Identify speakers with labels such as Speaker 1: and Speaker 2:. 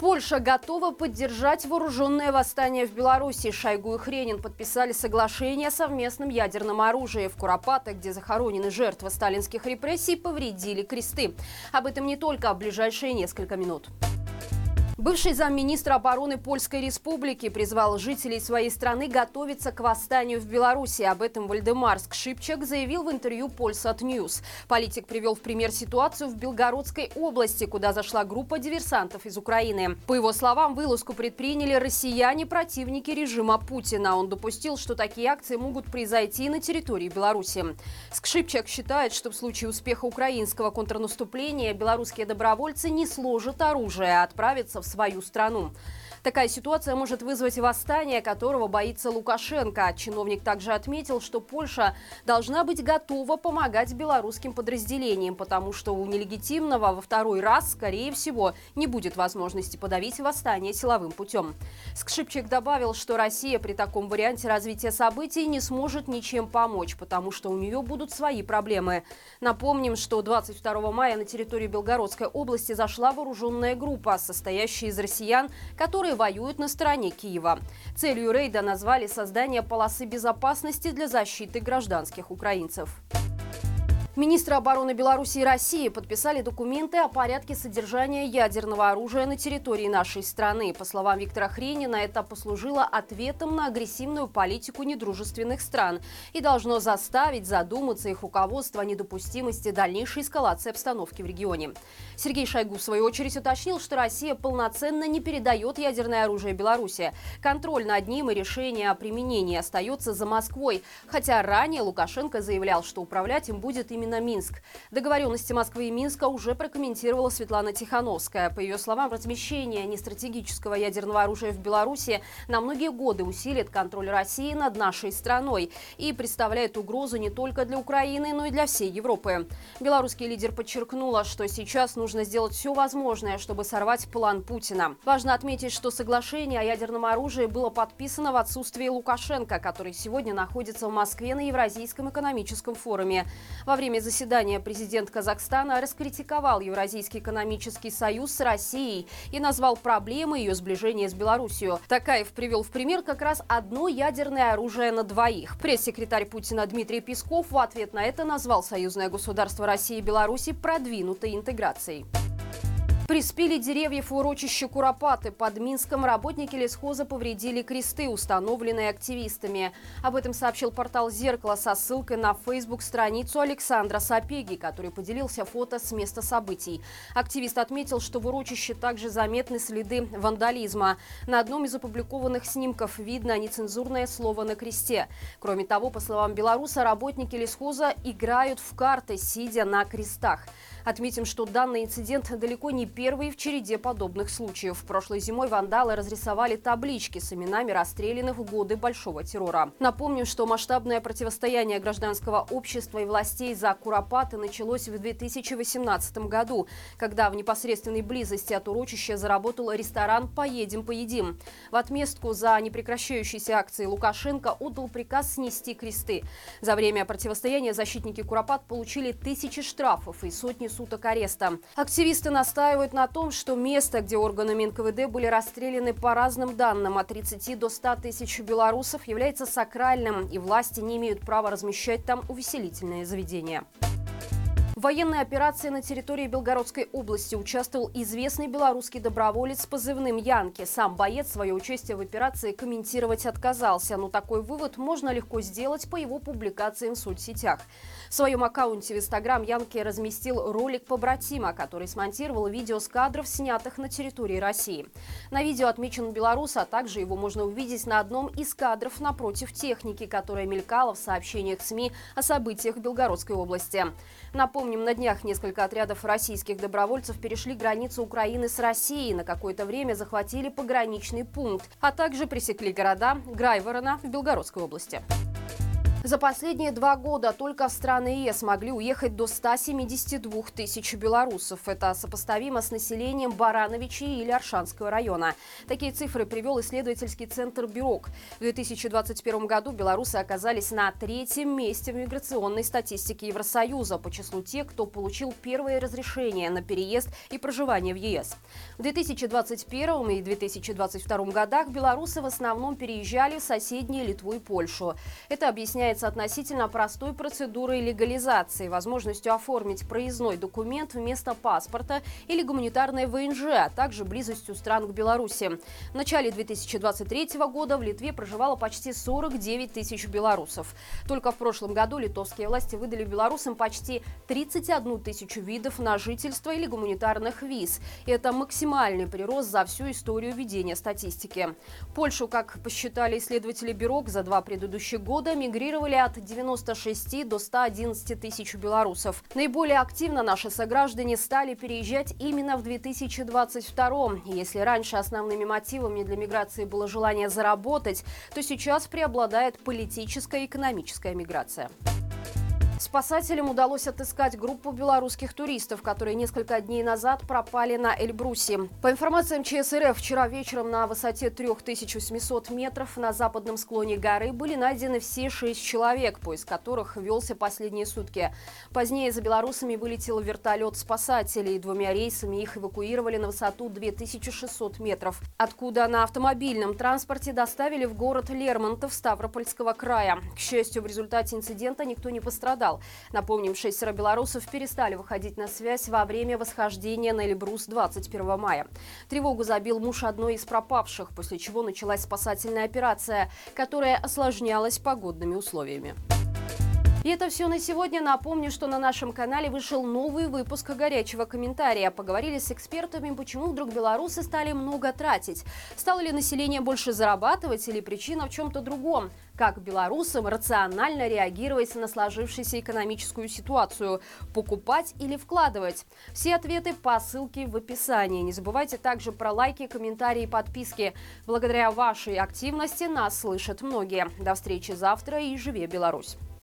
Speaker 1: Польша готова поддержать вооруженное восстание в Беларуси. Шойгу и Хренин подписали соглашение о совместном ядерном оружии. В Куропатах, где захоронены жертвы сталинских репрессий, повредили кресты. Об этом не только в ближайшие несколько минут. Бывший замминистра обороны Польской Республики призвал жителей своей страны готовиться к восстанию в Беларуси. Об этом Вальдемар Скрипчак заявил в интервью Polsat News. Политик привел в пример ситуацию в Белгородской области, куда зашла группа диверсантов из Украины. По его словам, вылазку предприняли россияне, противники режима Путина. Он допустил, что такие акции могут произойти на территории Беларуси. Скрипчак считает, что в случае успеха украинского контрнаступления белорусские добровольцы не сложат оружие, а отправятся в свою страну. Такая ситуация может вызвать восстание, которого боится Лукашенко. Чиновник также отметил, что Польша должна быть готова помогать белорусским подразделениям, потому что у нелегитимного во второй раз, скорее всего, не будет возможности подавить восстание силовым путем. Скрипчак добавил, что Россия при таком варианте развития событий не сможет ничем помочь, потому что у нее будут свои проблемы. Напомним, что 22 мая на территории Белгородской области зашла вооруженная группа, состоящая из россиян, которые воюют на стороне Киева. Целью рейда назвали создание полосы безопасности для защиты гражданских украинцев. Министры обороны Беларуси и России подписали документы о порядке содержания ядерного оружия на территории нашей страны. По словам Виктора Хренина, это послужило ответом на агрессивную политику недружественных стран и должно заставить задуматься их руководство о недопустимости дальнейшей эскалации обстановки в регионе. Сергей Шойгу, в свою очередь, уточнил, что Россия полноценно не передает ядерное оружие Беларуси. Контроль над ним и решение о применении остается за Москвой, хотя ранее Лукашенко заявлял, что управлять им будет именно Минск. Договоренности Москвы и Минска уже прокомментировала Светлана Тихановская. По ее словам, размещение нестратегического ядерного оружия в Беларуси на многие годы усилит контроль России над нашей страной и представляет угрозу не только для Украины, но и для всей Европы. Белорусский лидер подчеркнула, что сейчас нужно сделать все возможное, чтобы сорвать план Путина. Важно отметить, что соглашение о ядерном оружии было подписано в отсутствии Лукашенко, который сегодня находится в Москве на Евразийском экономическом форуме. Во время заседания президент Казахстана раскритиковал Евразийский экономический союз с Россией и назвал проблемы ее сближения с Беларусью. Такаев привел в пример как раз одно ядерное оружие на двоих. Пресс-секретарь Путина Дмитрий Песков в ответ на это назвал союзное государство России и Беларуси продвинутой интеграцией. При спиле деревьев в урочище Куропаты под Минском работники лесхоза повредили кресты, установленные активистами. Об этом сообщил портал «Зеркало» со ссылкой на Facebook-страницу Александра Сапеги, который поделился фото с места событий. Активист отметил, что в урочище также заметны следы вандализма. На одном из опубликованных снимков видно нецензурное слово на кресте. Кроме того, по словам белоруса, работники лесхоза играют в карты, сидя на крестах. Отметим, что данный инцидент далеко не первый в череде подобных случаев. Прошлой зимой вандалы разрисовали таблички с именами расстрелянных в годы Большого террора. Напомним, что масштабное противостояние гражданского общества и властей за Куропаты началось в 2018 году, когда в непосредственной близости от урочища заработал ресторан «Поедем, поедим». В отместку за непрекращающиеся акции Лукашенко отдал приказ снести кресты. За время противостояния защитники Куропат получили тысячи штрафов и сотни суток ареста. Активисты настаивают на том, что место, где органами НКВД были расстреляны по разным данным от 30 до 100 тысяч белорусов, является сакральным, и власти не имеют права размещать там увеселительные заведения. В военной операции на территории Белгородской области участвовал известный белорусский доброволец с позывным «Янки». Сам боец свое участие в операции комментировать отказался, но такой вывод можно легко сделать по его публикациям в соцсетях. В своем аккаунте в Инстаграм Янки разместил ролик побратима, который смонтировал видео с кадров, снятых на территории России. На видео отмечен белорус, а также его можно увидеть на одном из кадров напротив техники, которая мелькала в сообщениях СМИ о событиях в Белгородской области. Напомним, на днях несколько отрядов российских добровольцев перешли границу Украины с Россией, на какое-то время захватили пограничный пункт, а также пресекли города Грайворона в Белгородской области. За последние 2 года только в страны ЕС могли уехать до 172 тысяч белорусов. Это сопоставимо с населением Барановичи или Оршанского района. Такие цифры привел исследовательский центр «Бюрок». В 2021 году белорусы оказались на 3-м месте в миграционной статистике Евросоюза по числу тех, кто получил первое разрешение на переезд и проживание в ЕС. В 2021 и 2022 годах белорусы в основном переезжали в соседние Литву и Польшу. Это объясняется относительно простой процедурой легализации, возможностью оформить проездной документ вместо паспорта или гуманитарное ВНЖ, а также близостью стран к Беларуси. В начале 2023 года в Литве проживало почти 49 тысяч белорусов. Только в прошлом году литовские власти выдали белорусам почти 31 тысячу видов на жительство или гуманитарных виз. И это максимальный прирост за всю историю ведения статистики. В Польшу, как посчитали исследователи Бюрок, за 2 предыдущих года мигрировали от 96 до 111 тысяч белорусов. Наиболее активно наши сограждане стали переезжать именно в 2022. Если раньше основными мотивами для миграции было желание заработать, то сейчас преобладает политическая и экономическая миграция. Спасателям удалось отыскать группу белорусских туристов, которые несколько дней назад пропали на Эльбрусе. По информации МЧС РФ, вчера вечером на высоте 3800 метров на западном склоне горы были найдены все 6 человек, поиск которых велся последние сутки. Позднее за белорусами вылетел вертолет спасателей. 2 рейсами их эвакуировали на высоту 2600 метров, откуда на автомобильном транспорте доставили в город Лермонтов Ставропольского края. К счастью, в результате инцидента никто не пострадал. Напомним, 6 белорусов перестали выходить на связь во время восхождения на Эльбрус 21 мая. Тревогу забил муж одной из пропавших, после чего началась спасательная операция, которая осложнялась погодными условиями. И это все на сегодня. Напомню, что на нашем канале вышел новый выпуск горячего комментария. Поговорили с экспертами, почему вдруг белорусы стали много тратить. Стало ли население больше зарабатывать или причина в чем-то другом? Как белорусам рационально реагировать на сложившуюся экономическую ситуацию? Покупать или вкладывать? Все ответы по ссылке в описании. Не забывайте также про лайки, комментарии и подписки. Благодаря вашей активности нас слышат многие. До встречи завтра и живи Беларусь!